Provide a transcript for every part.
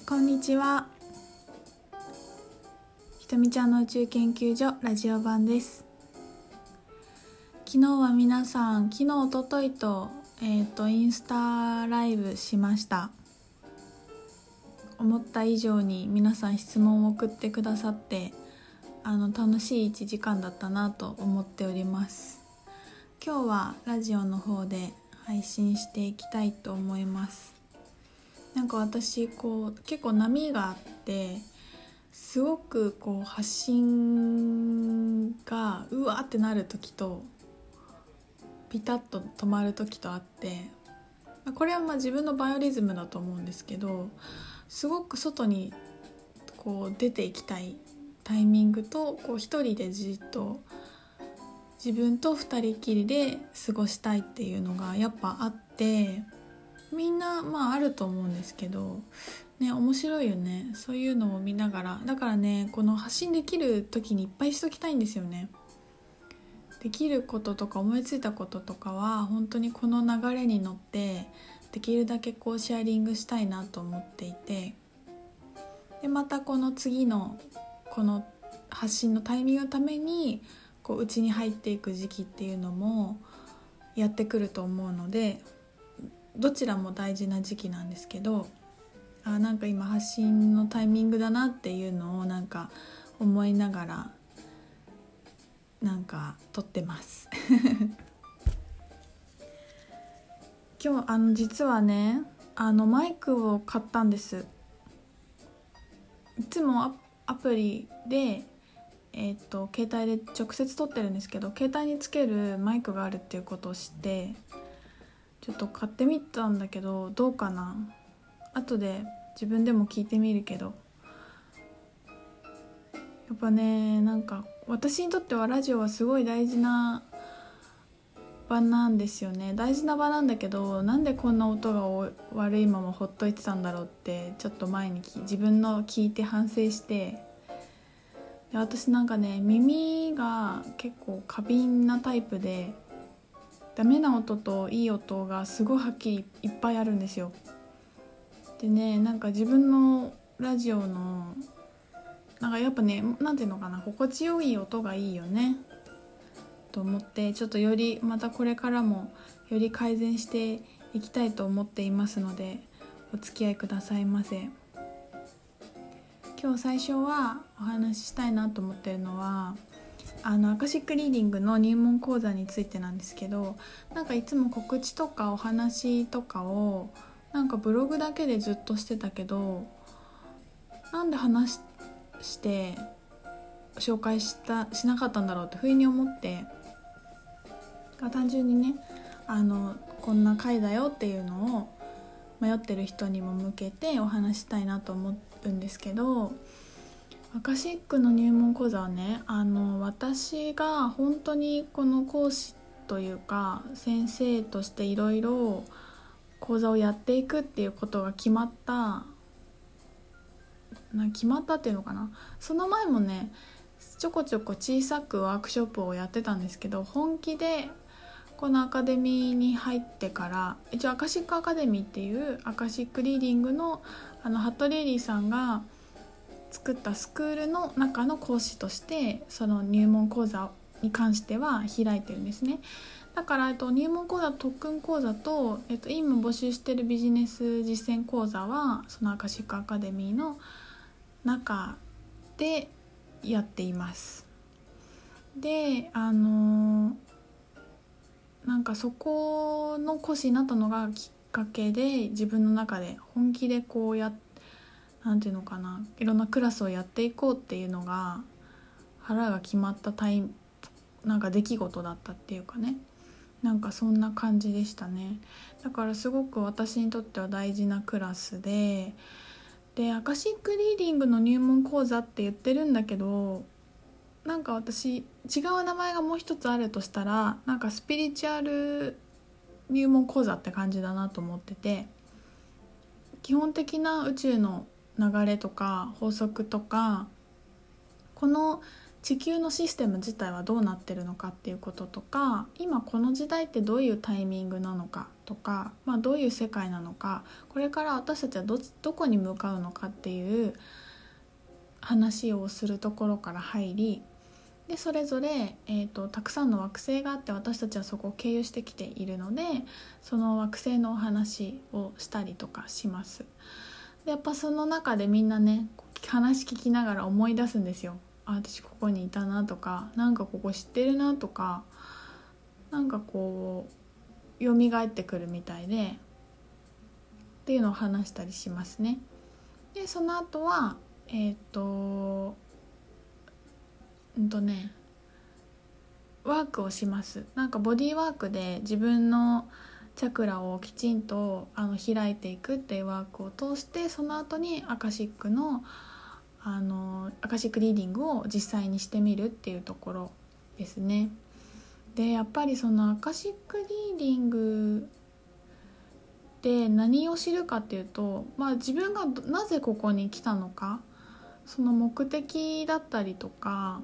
こんにちは。ひとみちゃんの宇宙研究所ラジオ版です。昨日は皆さん、昨日おとといと、インスタライブしました。思った以上に皆さん質問を送ってくださって、楽しい1時間だったなと思っております。今日はラジオの方で配信していきたいと思います。なんか私結構波があって、すごく発信がうわーってなる時とピタッと止まる時とあって、これは自分のバイオリズムだと思うんですけど、すごく外に出ていきたいタイミングと一人でじっと自分と二人きりで過ごしたいっていうのがやっぱあって、みんなあると思うんですけどね、面白いよね。そういうのを見ながら、だからね、この発信できる時にいっぱいしときたいんですよね。できることとか思いついたこととかは本当にこの流れに乗ってできるだけシェアリングしたいなと思っていて、でまたこの次のこの発信のタイミングのためにうちに入っていく時期っていうのもやってくると思うので、どちらも大事な時期なんですけど、なんか今発信のタイミングだなっていうのをなんか思いながらなんか撮ってます今日実はね、マイクを買ったんです。いつもアプリで携帯で直接撮ってるんですけど、携帯につけるマイクがあるっていうことを知ってちょっと買ってみたんだけど、どうかな。後で自分でも聞いてみるけど、やっぱね、なんか私にとってはラジオはすごい大事な場なんですよね。大事な場なんだけど、なんでこんな音が悪いままほっといてたんだろうってちょっと前に自分の聞いて反省して、で私なんかね、耳が結構過敏なタイプで、ダメな音といい音がすごいはっきりいっぱいあるんですよ。でね、なんか自分のラジオのなんかやっぱね、なんていうのかな、心地よい音がいいよねと思って、ちょっとよりまたこれからもより改善していきたいと思っていますので、お付き合いくださいませ。今日最初はお話ししたいなと思ってるのは、アカシックリーディングの入門講座についてなんですけど、なんかいつも告知とかお話とかをなんかブログだけでずっとしてたけど、なんで話して紹介しなかったんだろうってふうに思って、単純にね、こんな回だよっていうのを迷ってる人にも向けてお話したいなと思うんですけど、アカシックの入門講座はね、私が本当にこの講師というか先生としていろいろ講座をやっていくっていうことが決まったっていうのかな。その前もね、ちょこちょこ小さくワークショップをやってたんですけど、本気でこのアカデミーに入ってから、一応アカシックアカデミーっていうアカシックリーディングの服部エリーさんが作ったスクールの中の講師としてその入門講座に関しては開いてるんですね。だから入門講座、特訓講座と、今募集してるビジネス実践講座はそのアカシックアカデミーの中でやっています。でなんかそこの講師になったのがきっかけで、自分の中で本気でなんていうのかな、いろんなクラスをやっていこうっていうのが腹が決まったなんか出来事だったっていうかね、なんかそんな感じでしたね。だからすごく私にとっては大事なクラスで、アカシックリーディングの入門講座って言ってるんだけど、なんか私違う名前がもう一つあるとしたら、なんかスピリチュアル入門講座って感じだなと思ってて、基本的な宇宙の流れとか法則とか、この地球のシステム自体はどうなってるのかっていうこととか、今この時代ってどういうタイミングなのかとか、どういう世界なのか、これから私たちはどこに向かうのかっていう話をするところから入り、でそれぞれ、たくさんの惑星があって、私たちはそこを経由してきているので、その惑星のお話をしたりとかします。でやっぱその中でみんなね、話聞きながら思い出すんですよ。私ここにいたなとか、なんかここ知ってるなとか、なんかこう蘇ってくるみたいでっていうのを話したりしますね。でその後はワークをします。なんかボディーワークで自分のチャクラをきちんと開いていくっていうワークを通して、その後にアカシックリーディングを実際にしてみるっていうところですね。でやっぱりそのアカシックリーディングで何を知るかっていうと、自分がなぜここに来たのか、その目的だったりとか、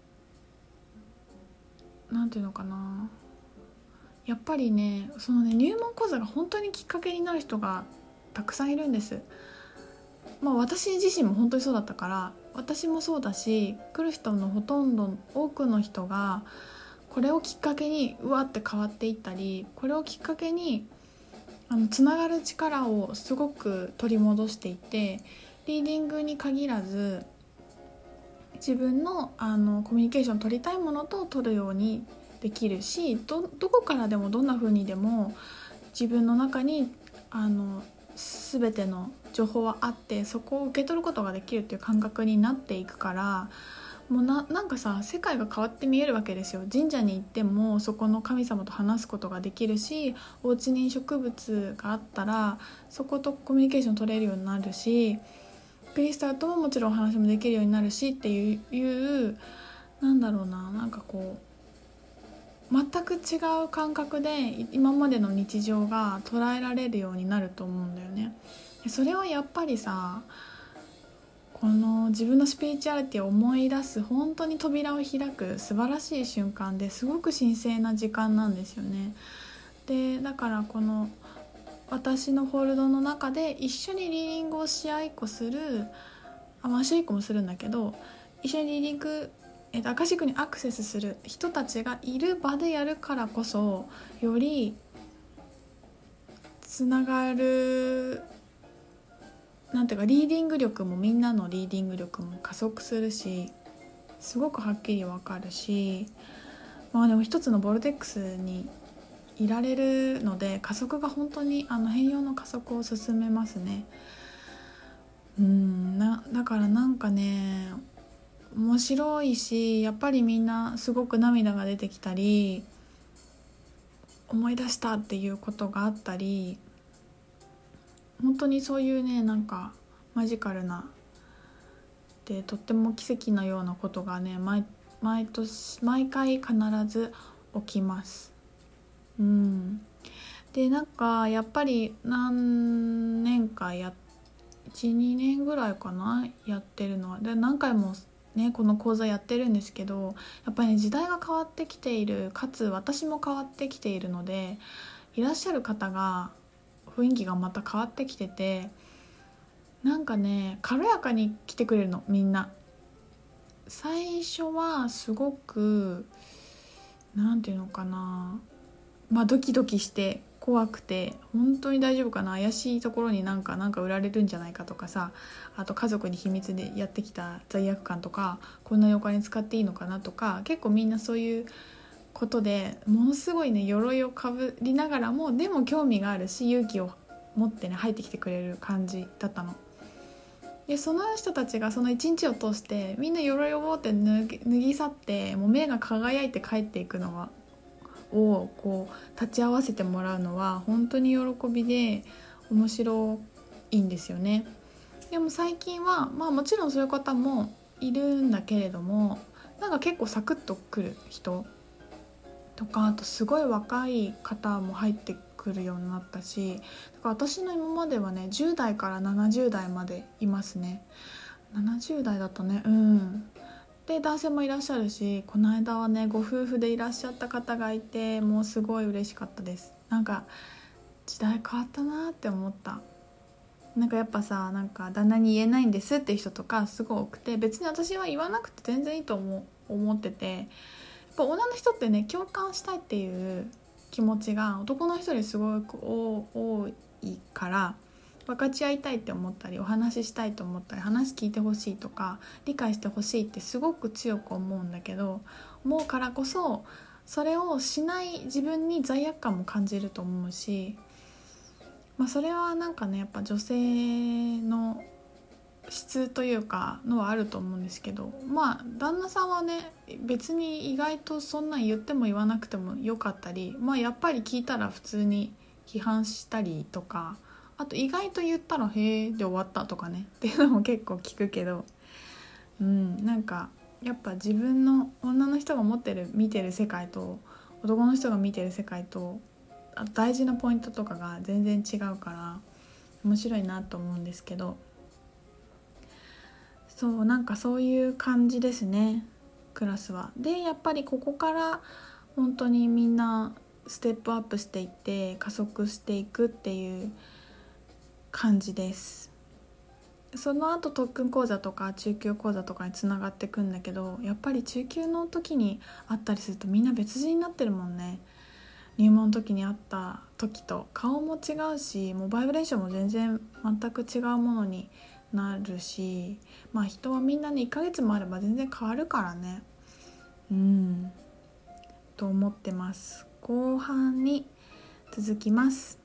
なんていうのかな、やっぱりね、そのね、入門講座が本当にきっかけになる人がたくさんいるんです。私自身も本当にそうだったから、私もそうだし、来る人の多くの人がこれをきっかけにうわって変わっていったり、これをきっかけにつながる力をすごく取り戻していて、リーディングに限らず自分のコミュニケーション取りたいものと取るようにできるし、どこからでもどんな風にでも自分の中に全ての情報はあって、そこを受け取ることができるっていう感覚になっていくから、もうなんかさ、世界が変わって見えるわけですよ。神社に行ってもそこの神様と話すことができるし、お家に植物があったらそことコミュニケーション取れるようになるし、クリスタルとももちろんお話もできるようになるしっていうなんかこう全く違う感覚で今までの日常が捉えられるようになると思うんだよね。それはやっぱりさ、この自分のスピリチュアリティを思い出す本当に扉を開く素晴らしい瞬間で、すごく神聖な時間なんですよね。でだからこの私のホールドの中で一緒にリーディングをし合いっこする、し合いっこもするんだけど、一緒にリーディング、アカシックにアクセスする人たちがいる場でやるからこそ、よりつながる、なんていうか、リーディング力もみんなのリーディング力も加速するし、すごくはっきりわかるし、でも一つのボルテックスにいられるので、加速が本当に変容の加速を進めますね。だからなんかね、面白いし、やっぱりみんなすごく涙が出てきたり、思い出したっていうことがあったり、本当にそういうね、なんかマジカルなでとっても奇跡のようなことがね、毎回必ず起きます。でなんかやっぱり何年か12年ぐらいかな、やってるのは。で何回もねこの講座やってるんですけど、やっぱりね、時代が変わってきている、かつ私も変わってきているので、いらっしゃる方が雰囲気がまた変わってきてて、なんかね、軽やかに来てくれるの、みんな。最初はすごくなんていうのかな、ドキドキして怖くて、本当に大丈夫かな、怪しいところになんか売られるんじゃないかとかさ、あと家族に秘密でやってきた罪悪感とか、こんなにお金使っていいのかなとか、結構みんなそういうことでものすごいね、鎧をかぶりながらもでも興味があるし、勇気を持ってね入ってきてくれる感じだったの。でその人たちがその一日を通してみんな鎧を持って脱ぎ去って、もう目が輝いて帰っていくのをこう立ち会わせてもらうのは本当に喜びで面白いんですよね。でも最近はもちろんそういう方もいるんだけれども、なんか結構サクッと来る人とか、あとすごい若い方も入ってくるようになったし、だから私の今まではね、10代から70代までいますね。70代だったね。 で男性もいらっしゃるし、この間はねご夫婦でいらっしゃった方がいて、もうすごい嬉しかったです。なんか時代変わったなって思った。なんかやっぱさ、なんか旦那に言えないんですっていう人とかすごい多くて、別に私は言わなくて全然いいと思ってて、やっぱ女の人ってね共感したいっていう気持ちが男の人よりすごく多いから、分かち合いたいって思ったり、お話ししたいと思ったり、話聞いてほしいとか理解してほしいってすごく強く思うんだけど、思うからこそそれをしない自分に罪悪感も感じると思うし、それはなんかねやっぱ女性の質というかのはあると思うんですけど、旦那さんはね別に意外とそんなん言っても言わなくてもよかったり、やっぱり聞いたら普通に批判したりとか、あと意外と言ったらへーで終わったとかねっていうのも結構聞くけど、なんかやっぱ自分の女の人が見てる世界と男の人が見てる世界と大事なポイントとかが全然違うから面白いなと思うんですけど、なんかそういう感じですね、クラスは。でやっぱりここから本当にみんなステップアップしていって加速していくっていう感じです。その後特訓講座とか中級講座とかにつながっていくんだけど、やっぱり中級の時に会ったりするとみんな別人になってるもんね。入門の時に会った時と顔も違うし、もうバイブレーションも全然全く違うものになるし、人はみんなね1ヶ月もあれば全然変わるからね、と思ってます。後半に続きます。